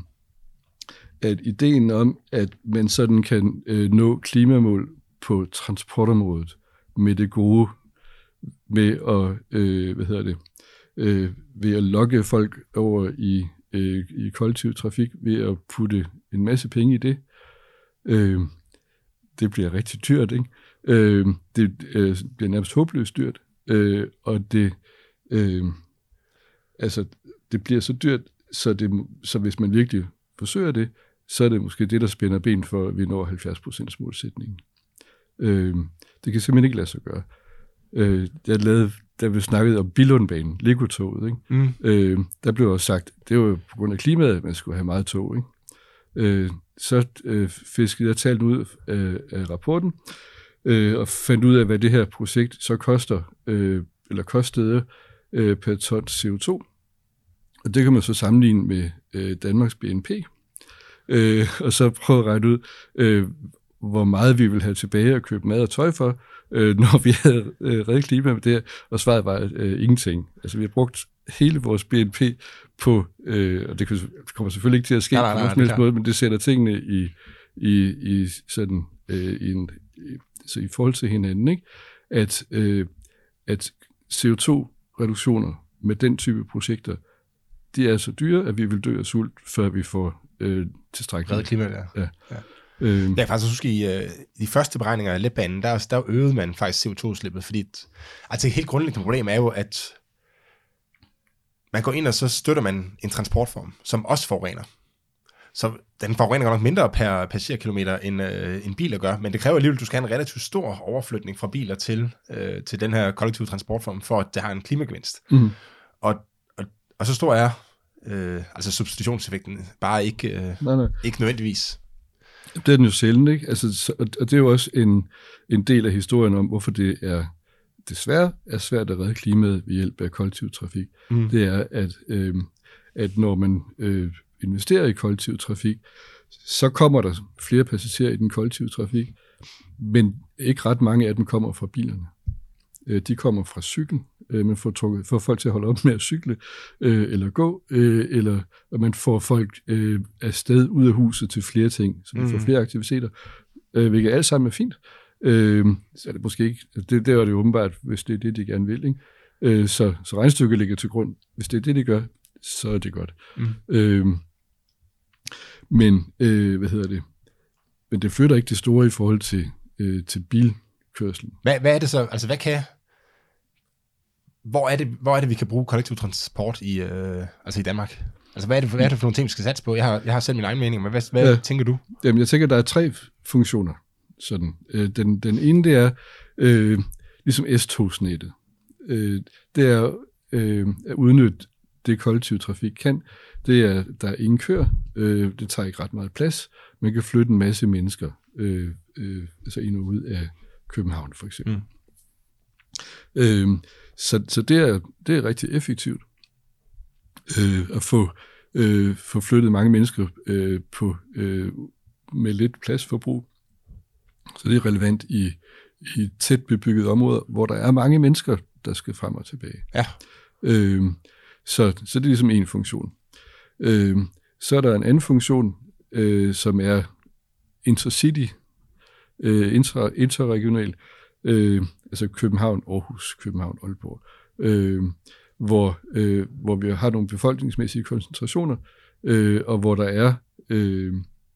at ideen om, at man sådan kan øh, nå klimamål på transportområdet med det gode, med at, øh, hvad hedder det, øh, ved at lokke folk over i, øh, i kollektiv trafik, ved at putte en masse penge i det, øh, det bliver rigtig dyrt, ikke? Øh, det øh, bliver nærmest håbløst dyrt, øh, og det, øh, altså, det bliver så dyrt, så, det, så hvis man virkelig forsøger det, så er det måske det, der spænder ben for, at vi når halvfjerds procent målsætningen. Øh, det kan simpelthen ikke lade sig gøre. Øh, jeg lavede, da vi snakkede om Billundbanen, Lego-toget, ikke? Mm. Øh, der blev også sagt, det var jo på grund af klimaet, at man skulle have meget tog, ikke? Øh, så øh, fiskede jeg talt ud af, af rapporten, øh, og fandt ud af, hvad det her projekt så koster, øh, eller kostede øh, per ton C O to. Og det kan man så sammenligne med øh, Danmarks B N P, øh, og så prøve at regne ud, øh, hvor meget vi vil have tilbage at købe mad og tøj for, øh, når vi havde øh, reddet klima med det her, og svaret var øh, ingenting. Altså vi har brugt hele vores B N P på, øh, og det kommer selvfølgelig ikke til at ske nej, nej, nej, på nogen måde, men det sætter tingene i, i, i, sådan, øh, i, en, i, så i forhold til hinanden, ikke? At, øh, at C O to reduktioner med den type projekter, de er så dyre, at vi vil dø af sult, før vi får øh, tilstrækkeligt. Reddet klima, ja. ja. ja. Øh. Jeg kan faktisk huske, i uh, de første beregninger af letbanen, der, der øgede man faktisk C O to-slippet, fordi altså et helt grundlæggende problem er jo, at man går ind, og så støtter man en transportform, som også forurener. Så den forurener godt nok mindre per passagerkilometer, end øh, en bil gør, men det kræver alligevel, at du skal have en relativt stor overflytning fra biler til, øh, til den her kollektive transportform, for at det har en klimagevinst. Mm. Og, og, og så stor er øh, altså substitutionseffekten bare ikke, øh, nej, nej. ikke nødvendigvis. Det er den jo sjældent, ikke? Altså, og det er jo også en, en del af historien om, hvorfor det er desværre er svært at redde klimaet ved hjælp af kollektiv trafik. Mm. Det er, at, øh, at når man øh, investerer i kollektiv trafik, så kommer der flere passagerer i den kollektive trafik, men ikke ret mange af dem kommer fra bilerne. Øh, de kommer fra cyklen. Øh, man får, trukket, får folk til at holde op med at cykle øh, eller gå, øh, eller og man får folk øh, afsted ud af huset til flere ting, så man mm. får flere aktiviteter, øh, hvilket alt sammen er fint. Øh, så er det måske ikke, det, det er det jo åbenbart, hvis det er det, de gerne vil, ikke? Øh, så, så regnstykket ligger til grund. Hvis det er det, de gør, så er det godt. Mm. Øh, men, øh, hvad hedder det? Men det flytter ikke det store i forhold til, øh, til bilkørslen. Hvad, hvad er det så, altså hvad kan, hvor er det, hvor er det vi kan bruge kollektiv transport i, øh, altså i Danmark? Altså hvad er, det, hvad er det for nogle ting, vi skal satse på? Jeg har, jeg har selv min egen mening, men hvad, hvad ja. tænker du? Jamen jeg tænker, der er tre funktioner. Sådan. Øh, den, den ene, det er øh, ligesom S togsnettet. Øh, det er øh, at udnytte det kollektiv trafik kan. Det er, der er ingen køer. Øh, det tager ikke ret meget plads. Man kan flytte en masse mennesker øh, øh, altså ind og ud af København, for eksempel. Mm. Øh, så så det, er, det er rigtig effektivt øh, at få, øh, få flyttet mange mennesker øh, på, øh, med lidt pladsforbrug. Så det er relevant i, i tæt bebyggede områder, hvor der er mange mennesker, der skal frem og tilbage. Ja. Øh, så, så det er ligesom en funktion. Øh, så er der en anden funktion, øh, som er intercity, øh, inter, interregional, øh, altså København, Aarhus, København, Aalborg, øh, hvor, øh, hvor vi har nogle befolkningsmæssige koncentrationer, øh, og hvor der er øh,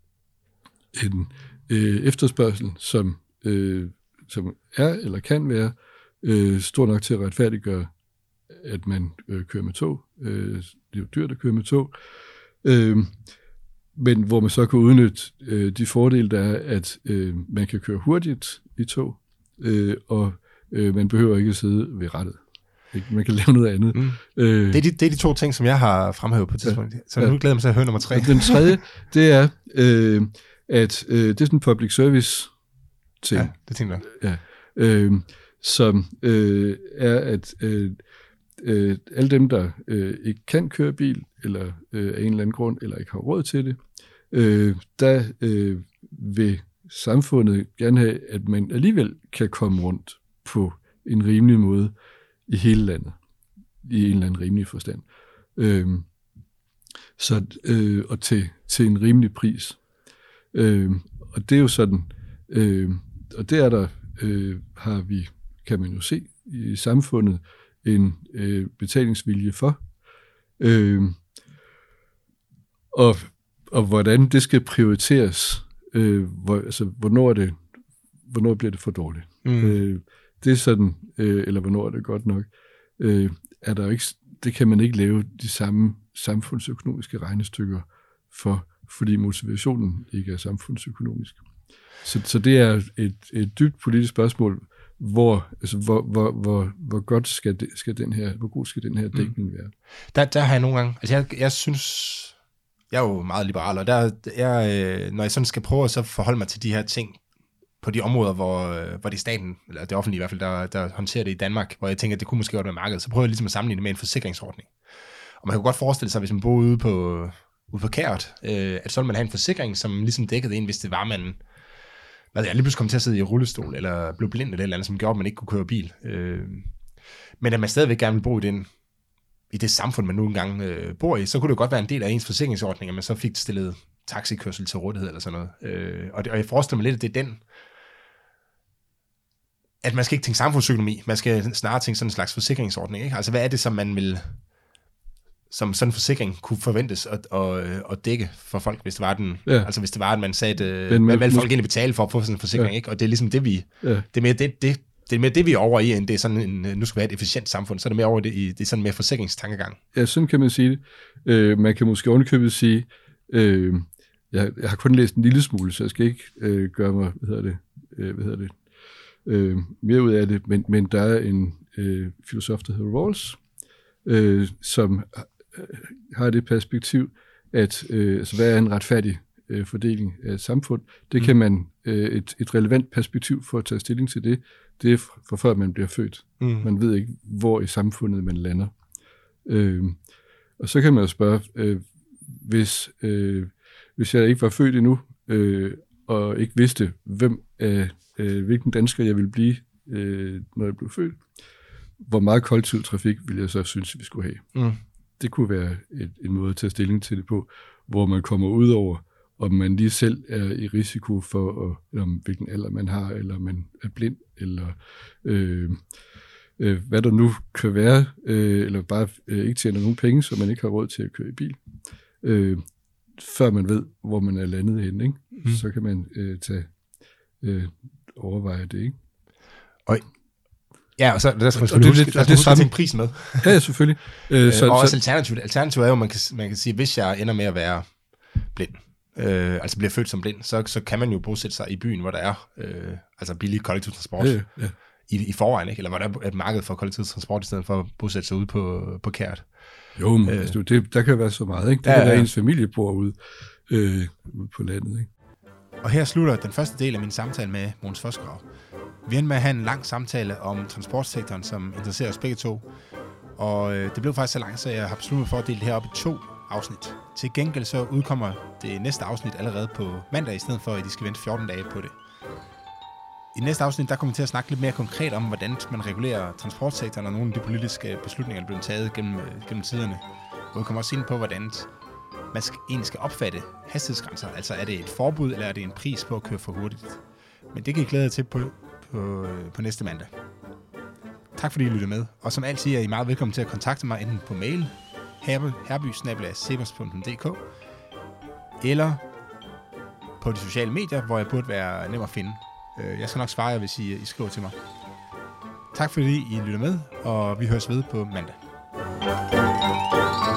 en øh, efterspørgsel, som, øh, som er eller kan være øh, stor nok til at retfærdiggøre, at man øh, kører med tog. Øh, det er jo dyrt at køre med tog. Øh, men hvor man så kan udnytte øh, de fordele, der er, at øh, man kan køre hurtigt i tog, øh, og øh, man behøver ikke at sidde ved rattet. Man kan lave noget andet. Mm. Øh, det, er de, det er de to ting, som jeg har fremhævet på et tidspunkt. Ja, så nu ja. glæder jeg mig til at høre nummer tre. Og den tredje, det er, øh, at øh, det er sådan en public service ting. Ja, det tænker jeg. Ja, øh, som øh, er, at øh, øh, alle dem, der øh, ikke kan køre bil, eller øh, af en eller anden grund, eller ikke har råd til det, øh, der øh, vil samfundet gerne have, at man alligevel kan komme rundt på en rimelig måde i hele landet, i en eller anden rimelig forstand. Øh, så, øh, og til, til en rimelig pris. Øh, og det er jo sådan, øh, og det er der, øh, har vi, kan man jo se i samfundet, en øh, betalingsvilje for. Øh, og, og hvordan det skal prioriteres, øh, hvor, altså hvornår, er det, hvornår bliver det for dårligt. Mm. Øh, det er sådan, øh, eller hvornår er det godt nok, øh, er der ikke, det kan man ikke lave de samme samfundsøkonomiske regnestykker for, fordi motivationen ikke er samfundsøkonomisk. Så, så det er et, et dybt politisk spørgsmål, hvor, altså, hvor, hvor, hvor, hvor godt skal, det, skal den her, hvor god skal den her dækning mm. være? Der, der har jeg nogle gange, altså jeg, jeg synes, jeg er jo meget liberal, og der, jeg, når jeg sådan skal prøve at så forholde mig til de her ting, på de områder, hvor, hvor det er staten, eller det offentlige i hvert fald, der, der håndterer det i Danmark, hvor jeg tænker, at det kunne måske godt være markedet, så prøver jeg ligesom at sammenligne det med en forsikringsordning. Og man kan godt forestille sig, hvis man bor ude på, ude på Kært, øh, at så ville man have en forsikring, som ligesom dækkede ind, hvis det var, man hvad jeg lige pludselig kom til at sidde i rullestol, eller blev blind eller et eller andet, som gjorde, at man ikke kunne køre bil. Øh, men at man stadigvæk gerne vil bo i, den, i det samfund, man nu engang øh, bor i, så kunne det godt være en del af ens forsikringsordning, at man så fik stillet taxikørsel til rådighed eller sådan noget. Øh, og, det, og jeg forestiller mig lidt, at det er den, at man skal ikke tænke samfundsøkonomi, man skal snarere tænke sådan en slags forsikringsordning, ikke? Altså, hvad er det, som man vil, som sådan en forsikring kunne forventes at, at, at dække for folk, hvis det var den, ja. Altså hvis det var, at man sagde, at hvad vil folk egentlig betale for at få sådan en forsikring, ja. Ikke? Og det er ligesom det, vi, ja. det er mere det, det, det er mere det, vi er over i, end det er sådan en, nu skal vi have et efficient samfund, så er det mere over det, i, det er sådan mere forsikringstankegang. Ja, sådan kan man sige det. Øh, man kan måske ovenikøbet sige, øh, jeg, jeg har kun læst en lille smule, så jeg skal ikke øh, gøre mig, hvad hedder det, øh, hvad hedder det, Øh, mere ud af det, men, men der er en øh, filosof, der hedder Rawls, øh, som øh, har det perspektiv, at øh, altså, hvad er en retfærdig øh, fordeling af et samfund? Det mm. kan man, øh, et, et relevant perspektiv for at tage stilling til det, det er for før man bliver født. Mm. Man ved ikke, hvor i samfundet man lander. Øh, og så kan man jo spørge, øh, hvis, øh, hvis jeg ikke var født endnu, øh, og ikke vidste, hvem af Øh, hvilken dansker jeg ville blive, øh, når jeg blev født, hvor meget kollektiv trafik ville jeg så synes, vi skulle have. Mm. Det kunne være et, en måde at tage stilling til det på, hvor man kommer ud over, om man lige selv er i risiko for, at, eller om hvilken alder man har, eller man er blind, eller øh, øh, hvad der nu kan være, øh, eller bare øh, ikke tjener nogen penge, så man ikke har råd til at køre i bil. Øh, før man ved, hvor man er landet henne, ikke? Mm. Så kan man øh, tage øh, overveje det, ikke? Og ja, og så der skal man selvfølgelig huske, der skal huske at tænke prisen med. Ja, selvfølgelig. Øh, så, og også alternativet. Alternativet er jo, man kan, man kan sige, hvis jeg ender med at være blind, øh, altså bliver født som blind, så, så kan man jo bosætte sig i byen, hvor der er øh, altså billig kollektiv transport ja, ja. I, i forvejen, ikke? Eller hvor der er et marked for kollektiv transport, i stedet for at bosætte sig ude på, på Kært. Jo, men øh, altså, det, der kan være så meget, ikke? Det ja, kan være, ja. Ens familie bor ude, øh, ude på landet, ikke? Og her slutter den første del af min samtale med Mogens Fosgerau. Vi endte med at have en lang samtale om transportsektoren, som interesserer os begge to. Og øh, det blev faktisk så langt, så jeg har besluttet mig for at dele det her op i to afsnit. Til gengæld så udkommer det næste afsnit allerede på mandag, i stedet for at de skal vente fjorten dage på det. I næste afsnit, der kommer vi til at snakke lidt mere konkret om, hvordan man regulerer transportsektoren og nogle af de politiske beslutninger, der er blevet taget gennem, gennem tiderne. Og vi kommer også ind på, hvordan man skal, egentlig skal opfatte hastighedsgrænser. Altså er det et forbud, eller er det en pris på at køre for hurtigt? Men det kan I glæde jer til på, på, på næste mandag. Tak fordi I lyttede med. Og som altid er I meget velkommen til at kontakte mig enten på mail, herby bindestreg cepos punktum d k, eller på de sociale medier, hvor jeg burde være nem at finde. Jeg skal nok svare jer, hvis I, I skriver til mig. Tak fordi I lytter med, og vi høres ved på mandag.